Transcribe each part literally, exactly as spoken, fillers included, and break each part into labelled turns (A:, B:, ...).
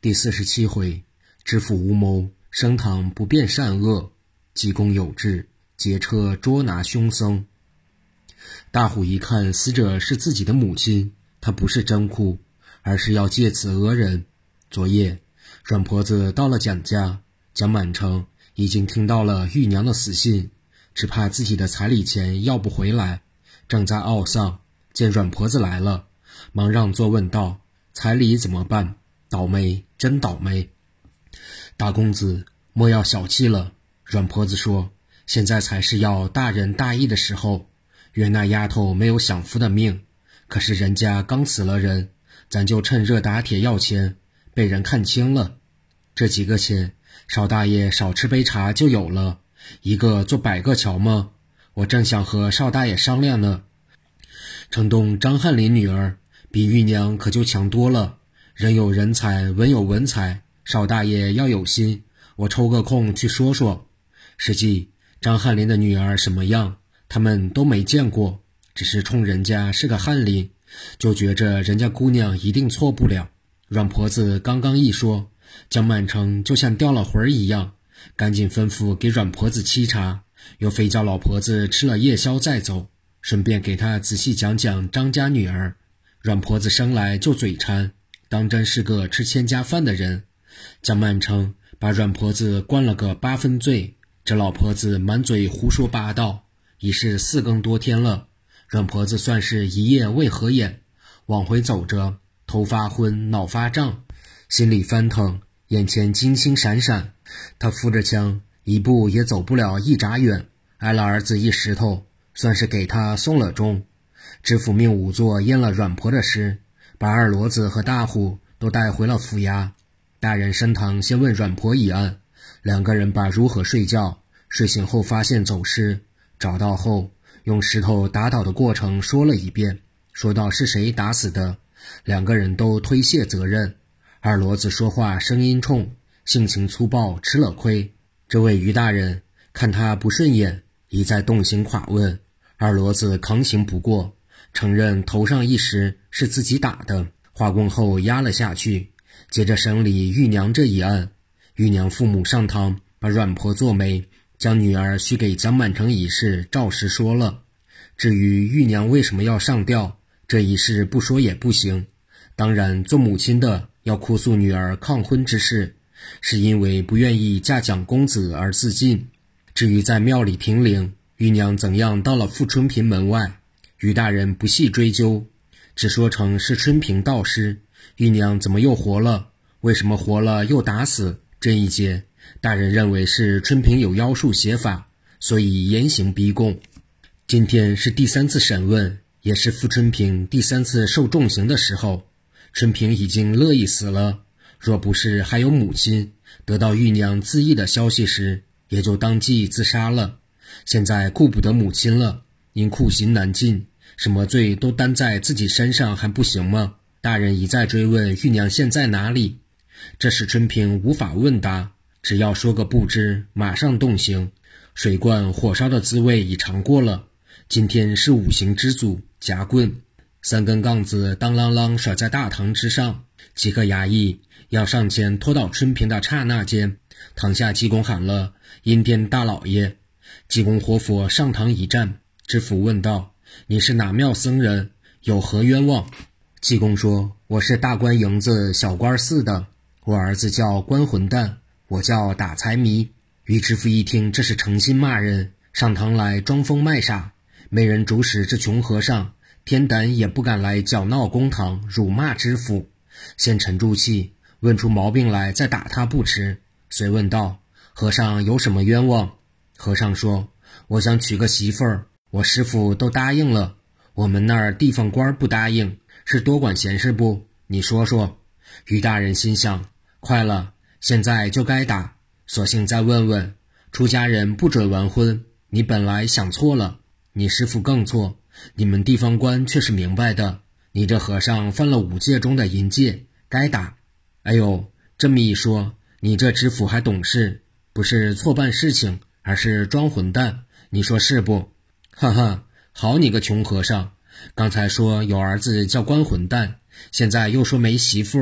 A: 第四十七回，知府无谋，升堂不辨善恶，济公有志，劫车捉拿凶僧。大虎一看死者是自己的母亲，他不是真哭，而是要借此讹人。昨夜阮婆子到了蒋家，蒋满成已经听到了玉娘的死讯，只怕自己的彩礼钱要不回来，正在懊丧，见阮婆子来了，忙让座问道：彩礼怎么办？倒霉，真倒霉。大公子莫要小气了。阮婆子说，现在才是要大仁大义的时候，原那丫头没有享福的命，可是人家刚死了人，咱就趁热打铁要钱，被人看清了。这几个钱少大爷少吃杯茶就有了，一个做百个桥吗？我正想和少大爷商量呢。城东张翰林女儿比玉娘可就强多了，人有人才，文有文采，少大爷要有心，我抽个空去说说。实际张翰林的女儿什么样他们都没见过，只是冲人家是个翰林，就觉着人家姑娘一定错不了。阮婆子刚刚一说，蒋满成就像掉了魂一样，赶紧吩咐给阮婆子沏茶，又非叫老婆子吃了夜宵再走，顺便给她仔细讲讲张家女儿。阮婆子生来就嘴馋，当真是个吃千家饭的人。蒋满成把阮婆子灌了个八分醉，这老婆子满嘴胡说八道，已是四更多天了。阮婆子算是一夜未合眼，往回走着，头发昏，脑发胀，心里翻腾，眼前金星闪闪。她扶着枪，一步也走不了一拃远，挨了儿子一石头，算是给他送了终。知府命仵作验了阮婆的尸，把二骡子和大虎都带回了府衙。大人升堂先问阮婆一案，两个人把如何睡觉，睡醒后发现走失，找到后用石头打倒的过程说了一遍，说到是谁打死的，两个人都推卸责任。二骡子说话声音冲，性情粗暴，吃了亏。这位于大人看他不顺眼，一再动刑拷问。二骡子扛刑不过，承认头上一石是自己打的，话过后压了下去。接着审理玉娘这一案，玉娘父母上堂，把阮婆做媒，将女儿许给蒋满成一事照实说了。至于玉娘为什么要上吊，这一事不说也不行。当然做母亲的要哭诉女儿抗婚之事，是因为不愿意嫁蒋公子而自尽。至于在庙里停灵，玉娘怎样到了富春平门外，于大人不细追究，只说成是春平盗尸。玉娘怎么又活了？为什么活了又打死？这一节大人认为是春平有妖术邪法，所以严刑逼供。今天是第三次审问，也是傅春平第三次受重刑的时候。春平已经乐意死了，若不是还有母亲，得到玉娘自缢的消息时，也就当即自杀了。现在顾不得母亲了，因酷刑难尽，什么罪都担在自己身上还不行吗？大人一再追问玉娘现在哪里，这使春平无法问答，只要说个不知，马上动刑。水灌火烧的滋味已尝过了，今天是五行之祖夹棍，三根杠子当啷啷甩在大堂之上。几个衙役要上前拖倒春平的刹那间，堂下济公喊了阴天大老爷。济公活佛上堂一站，知府问道：你是哪庙僧人，有何冤枉？济公说：我是大官营子小官寺的，我儿子叫关混蛋，我叫打财迷。于知府一听这是诚心骂人，上堂来装疯卖傻，没人主使这穷和尚，天胆也不敢来搅闹公堂，辱骂知府。先沉住气，问出毛病来再打他不迟。遂问道：和尚有什么冤枉？和尚说：我想娶个媳妇儿，我师父都答应了，我们那儿地方官不答应，是多管闲事不？你说说。于大人心想：快了，现在就该打，索性再问问，出家人不准完婚，你本来想错了，你师父更错，你们地方官却是明白的，你这和尚犯了五戒中的淫戒，该打。哎呦，这么一说，你这知府还懂事，不是错办事情，而是装混蛋，你说是不？哈哈，好你个穷和尚，刚才说有儿子叫关混蛋，现在又说没媳妇，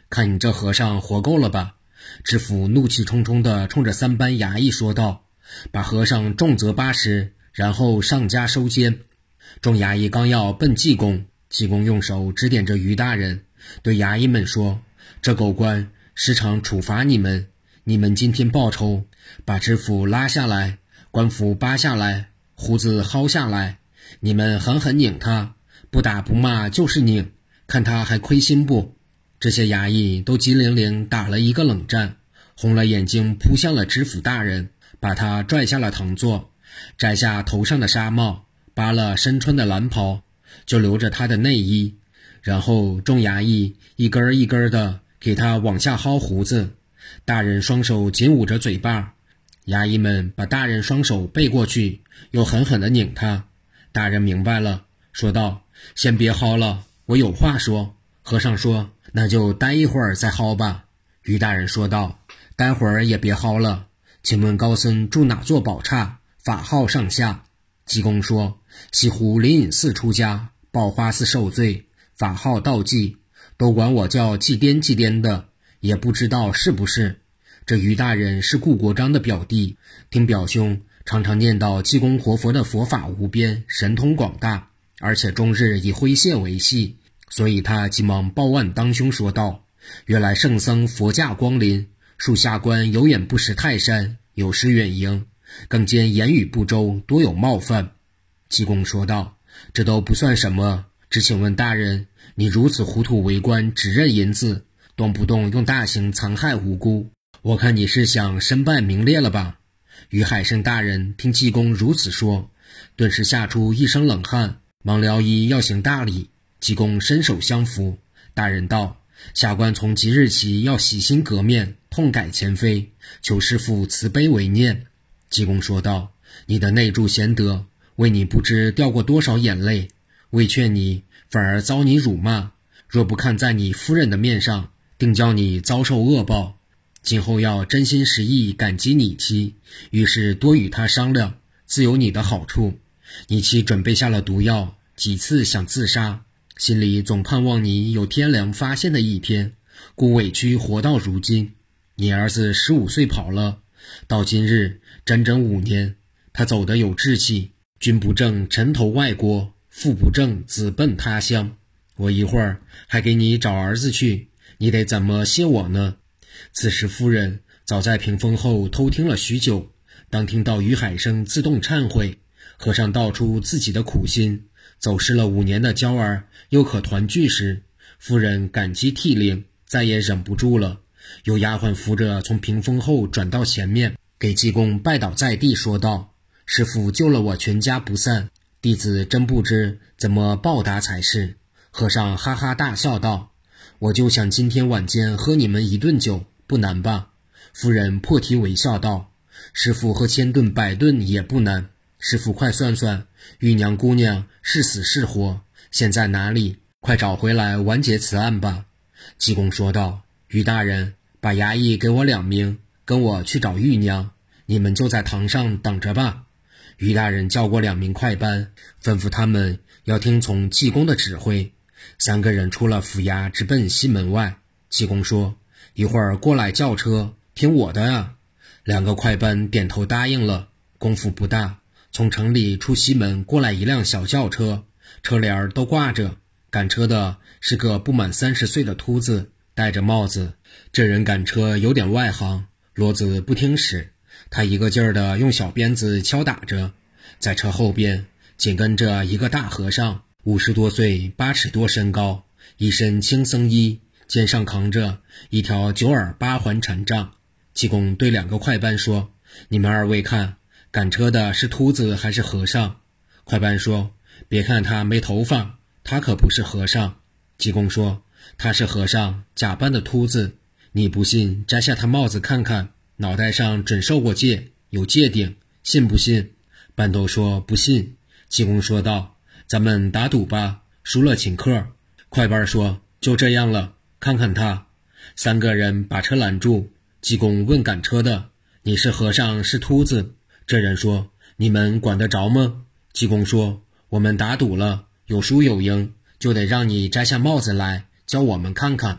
A: 看你这和尚活够了吧？知府怒气冲冲地冲着三班衙役说道，把和尚重责八十，然后上加收监。众衙役刚要奔济公，济公用手指点着于大人，对衙役们说，这狗官时常处罚你们，你们今天报仇，把知府拉下来，官服扒下来，胡子薅下来，你们狠狠拧他，不打不骂就是拧，看他还亏心不？这些衙役都急灵灵打了一个冷战，红了眼睛扑向了知府大人，把他拽下了堂座，摘下头上的纱帽，扒了身穿的蓝袍，就留着他的内衣，然后众衙役一根一根的给他往下薅胡子，大人双手紧捂着嘴巴，衙役们把大人双手背过去，又狠狠地拧他。大人明白了，说道，先别薅了，我有话说。和尚说，那就待一会儿再薅吧。于大人说道，待会儿也别薅了，请问高僧住哪座宝刹，法号上下？济公说，西湖灵隐寺出家，报花寺受罪，法号道济，都管我叫济颠济颠的，也不知道是不是。这于大人是顾国璋的表弟，听表兄常常念叨济公活佛的佛法无边，神通广大，而且终日以诙谐为戏，所以他急忙报案当凶，说道，原来圣僧佛驾光临，属下官有眼不识泰山，有失远迎，更兼言语不周，多有冒犯。济公说道，这都不算什么，只请问大人，你如此糊涂为官，只认银子，动不动用大刑残害无辜，我看你是想身败名裂了吧？于海生大人听济公如此说，顿时吓出一身冷汗，忙撩衣要行大礼。济公伸手相扶，大人道，下官从即日起要洗心革面，痛改前非，求师父慈悲为念。济公说道，你的内助贤德，为你不知掉过多少眼泪，为劝你反而遭你辱骂，若不看在你夫人的面上，定叫你遭受恶报，今后要真心实意感激你妻，于是多与他商量，自有你的好处。你妻准备下了毒药，几次想自杀，心里总盼望你有天良发现的一天，故委屈活到如今。你儿子十五岁跑了，到今日整整五年，他走得有志气，君不正城投外国，父不正子奔他乡，我一会儿还给你找儿子去，你得怎么谢我呢？此时夫人早在屏风后偷听了许久，当听到于海生自动忏悔，和尚道出自己的苦心，走失了五年的娇儿又可团聚时，夫人感激涕零，再也忍不住了，有丫鬟扶着从屏风后转到前面，给济公拜倒在地，说道，师父救了我全家不散，弟子真不知怎么报答才是。和尚哈哈大笑道，我就想今天晚间喝你们一顿酒，不难吧？夫人破涕为笑道，师父喝千顿百顿也不难，师父快算算，玉娘姑娘是死是活，现在哪里？快找回来完结此案吧。济公说道，于大人，把衙役给我两名，跟我去找玉娘，你们就在堂上等着吧。于大人叫过两名快班，吩咐他们要听从济公的指挥。三个人出了府衙，直奔西门外。济公说，一会儿过来叫车，听我的啊。两个快班点头答应了。功夫不大，从城里出西门过来一辆小轿车，车帘都挂着，赶车的是个不满三十岁的秃子，戴着帽子。这人赶车有点外行，骡子不听使，他一个劲儿的用小鞭子敲打着。在车后边紧跟着一个大和尚，五十多岁，八尺多身高，一身青僧衣，肩上扛着一条九耳八环禅杖。济公对两个快班说，你们二位看，赶车的是秃子还是和尚？快班说，别看他没头发，他可不是和尚。济公说，他是和尚假扮的秃子，你不信摘下他帽子看看，脑袋上准受过戒，有戒顶，信不信？班都说不信。济公说道，咱们打赌吧，输了请客。快班说，就这样了，看看他。三个人把车拦住，济公问赶车的，你是和尚是秃子？这人说，你们管得着吗？济公说，我们打赌了，有输有赢，就得让你摘下帽子来教我们看看。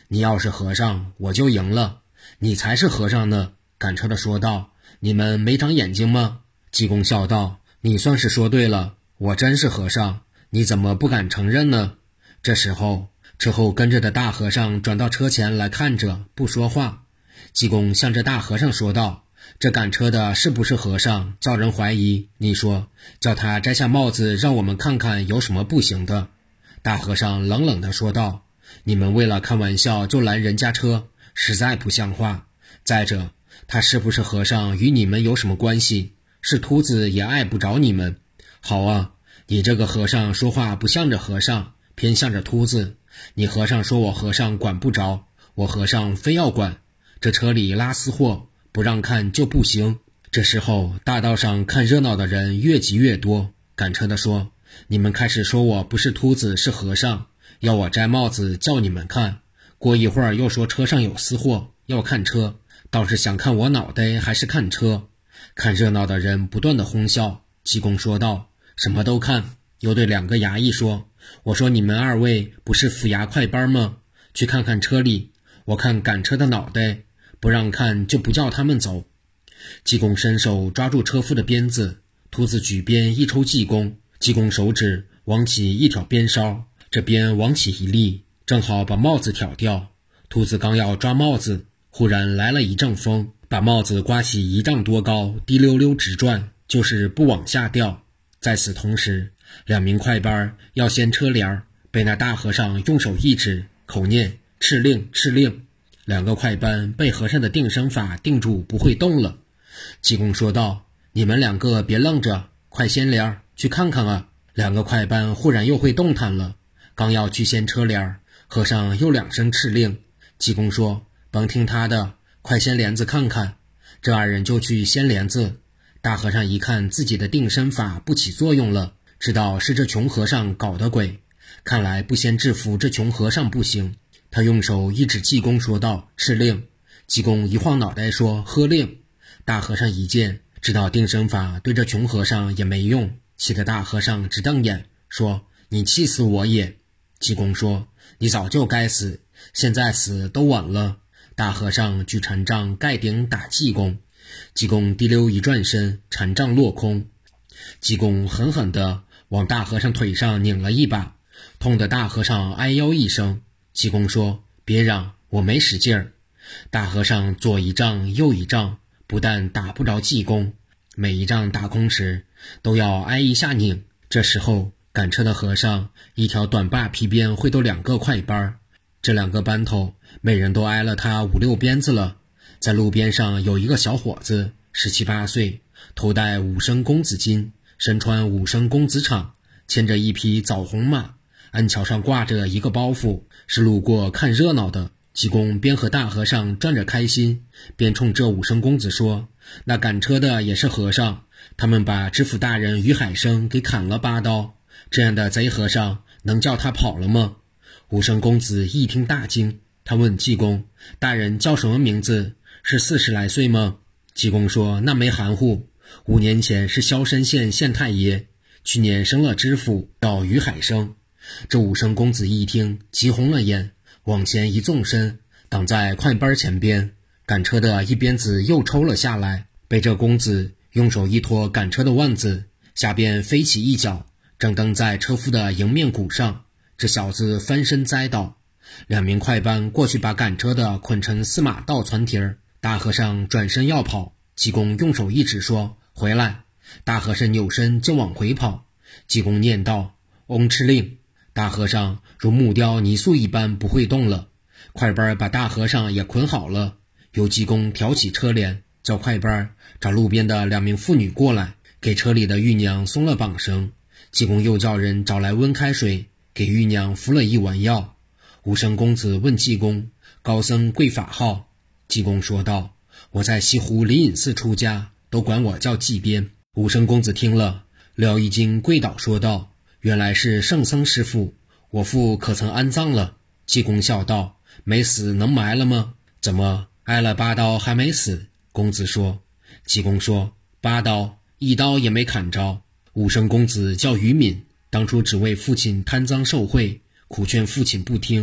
A: 你要是和尚，我就赢了。你才是和尚呢。赶车的说道。你们没长眼睛吗？济公笑道。你算是说对了，我真是和尚，你怎么不敢承认呢？这时候，车后跟着的大和尚转到车前来看着，不说话。济公向着大和尚说道，这赶车的是不是和尚，叫人怀疑，你说，叫他摘下帽子让我们看看有什么不行的。大和尚冷冷地说道，你们为了看玩笑就拦人家车，实在不像话。再者，他是不是和尚与你们有什么关系？是秃子也碍不着你们。好啊，你这个和尚说话不向着和尚，偏向着秃子。你和尚说我和尚管不着，我和尚非要管。这车里拉私货，不让看就不行。这时候大道上看热闹的人越挤越多。赶车的说，你们开始说我不是秃子是和尚，要我摘帽子叫你们看，过一会儿又说车上有私货，要看车，倒是想看我脑袋还是看车？看热闹的人不断的哄笑。济公说道，什么都看。又对两个衙役说，我说你们二位不是府衙快班吗？去看看车里，我看赶车的脑袋，不让看就不叫他们走。济公伸手抓住车夫的鞭子，秃子举鞭一抽济公，济公手指往起一挑鞭梢，这鞭往起一立，正好把帽子挑掉。秃子刚要抓帽子，忽然来了一阵风，把帽子刮起一丈多高，滴溜溜直转，就是不往下掉。在此同时，两名快班要掀车帘，被那大和尚用手一指，口念敕令敕令，两个快班被和尚的定身法定住不会动了。济公说道，你们两个别愣着，快掀帘去看看啊。两个快班忽然又会动弹了，刚要去掀车帘，和尚又两声敕令。济公说，甭听他的，快掀帘子看看。这二人就去掀帘子。大和尚一看自己的定身法不起作用了，知道是这穷和尚搞的鬼，看来不先制服这穷和尚不行。他用手一指济公说道，敕令。济公一晃脑袋说，喝令。大和尚一见，知道定身法对这穷和尚也没用，气得大和尚直瞪眼，说，你气死我也。济公说，你早就该死，现在死都晚了。大和尚举禅杖盖顶打济公，济公滴溜一转身，禅杖落空。济公狠狠地往大和尚腿上拧了一把，痛得大和尚哎呦一声。济公说，别嚷，我没使劲儿。大和尚左一杖右一杖，不但打不着济公，每一杖打空时都要挨一下拧。这时候赶车的和尚一条短把皮鞭挥动两个快班，这两个班头每人都挨了他五六鞭子了。在路边上有一个小伙子，十七八岁，头戴五升公子巾，身穿五升公子氅，牵着一匹枣红马，鞍桥上挂着一个包袱，是路过看热闹的。济公边和大和尚转着开心，边冲这五升公子说，那赶车的也是和尚，他们把知府大人于海生给砍了八刀，这样的贼和尚能叫他跑了吗？五升公子一听大惊，他问济公，大人叫什么名字？是四十来岁吗？济公说，那没含糊，五年前是萧山县县太爷，去年升了知府，叫于海生。这五升公子一听，急红了眼，往前一纵身，挡在快班前边，赶车的一鞭子又抽了下来，被这公子用手一托赶车的腕子，下边飞起一脚，正蹬在车夫的迎面骨上，这小子翻身栽倒。两名快班过去把赶车的捆成四马倒船蹄儿，大和尚转身要跑，济公用手一指说，回来。大和尚扭身就往回跑，济公念道，嗡敕令。大和尚如木雕泥塑一般不会动了。快班把大和尚也捆好了，由济公挑起车帘，叫快班找路边的两名妇女过来，给车里的玉娘松了绑绳。济公又叫人找来温开水，给玉娘服了一碗药。五升公子问济公，高僧贵法号？济公说道，我在西湖灵隐寺出家，都管我叫济边。五升公子听了，了一惊，跪倒说道，原来是圣僧师父，我父可曾安葬了？济公笑道，没死能埋了吗？怎么挨了八刀还没死？公子说。济公说，八刀一刀也没砍着。五升公子叫于敏，当初只为父亲贪赃受贿，苦劝父亲不听，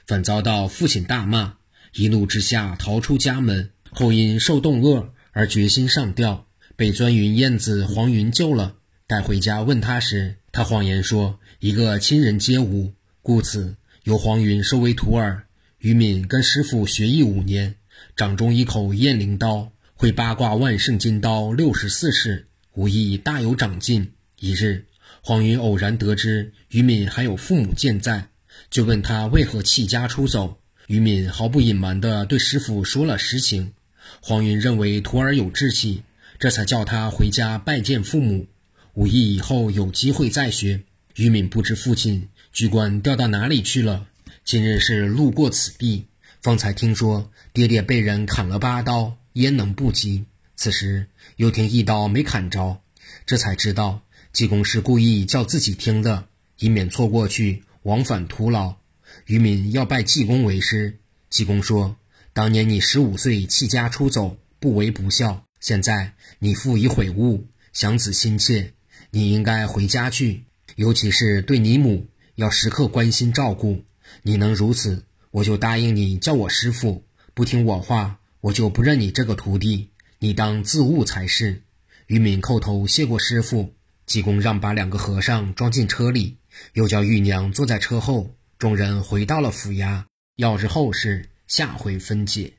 A: 反遭到父亲大骂，一怒之下逃出家门，后因受冻饿而决心上吊，被钻云燕子黄云救了。带回家问他时，他谎言说一个亲人皆无，故此由黄云收为徒儿。于敏跟师傅学艺五年，掌中一口雁翎刀，会八卦万圣金刀六十四式，武艺大有长进。一日，黄云偶然得知于敏还有父母健在，就问他为何弃家出走。于敏毫不隐瞒地对师傅说了实情。黄云认为徒儿有志气，这才叫他回家拜见父母。武艺以后有机会再学。于敏不知父亲居官调到哪里去了，今日是路过此地，方才听说爹爹被人砍了八刀，焉能不急？此时又听一刀没砍着，这才知道济公是故意叫自己听的，以免错过去往返徒劳。于敏要拜济公为师，济公说：当年你十五岁弃家出走，不为不孝，现在你父已悔悟，想子心切，你应该回家去，尤其是对你母要时刻关心照顾。你能如此，我就答应你叫我师父，不听我话，我就不认你这个徒弟，你当自悟才是。于敏叩头谢过师父，济公让把两个和尚装进车里，又叫玉娘坐在车后，众人回到了府衙。要知后事，下回分解。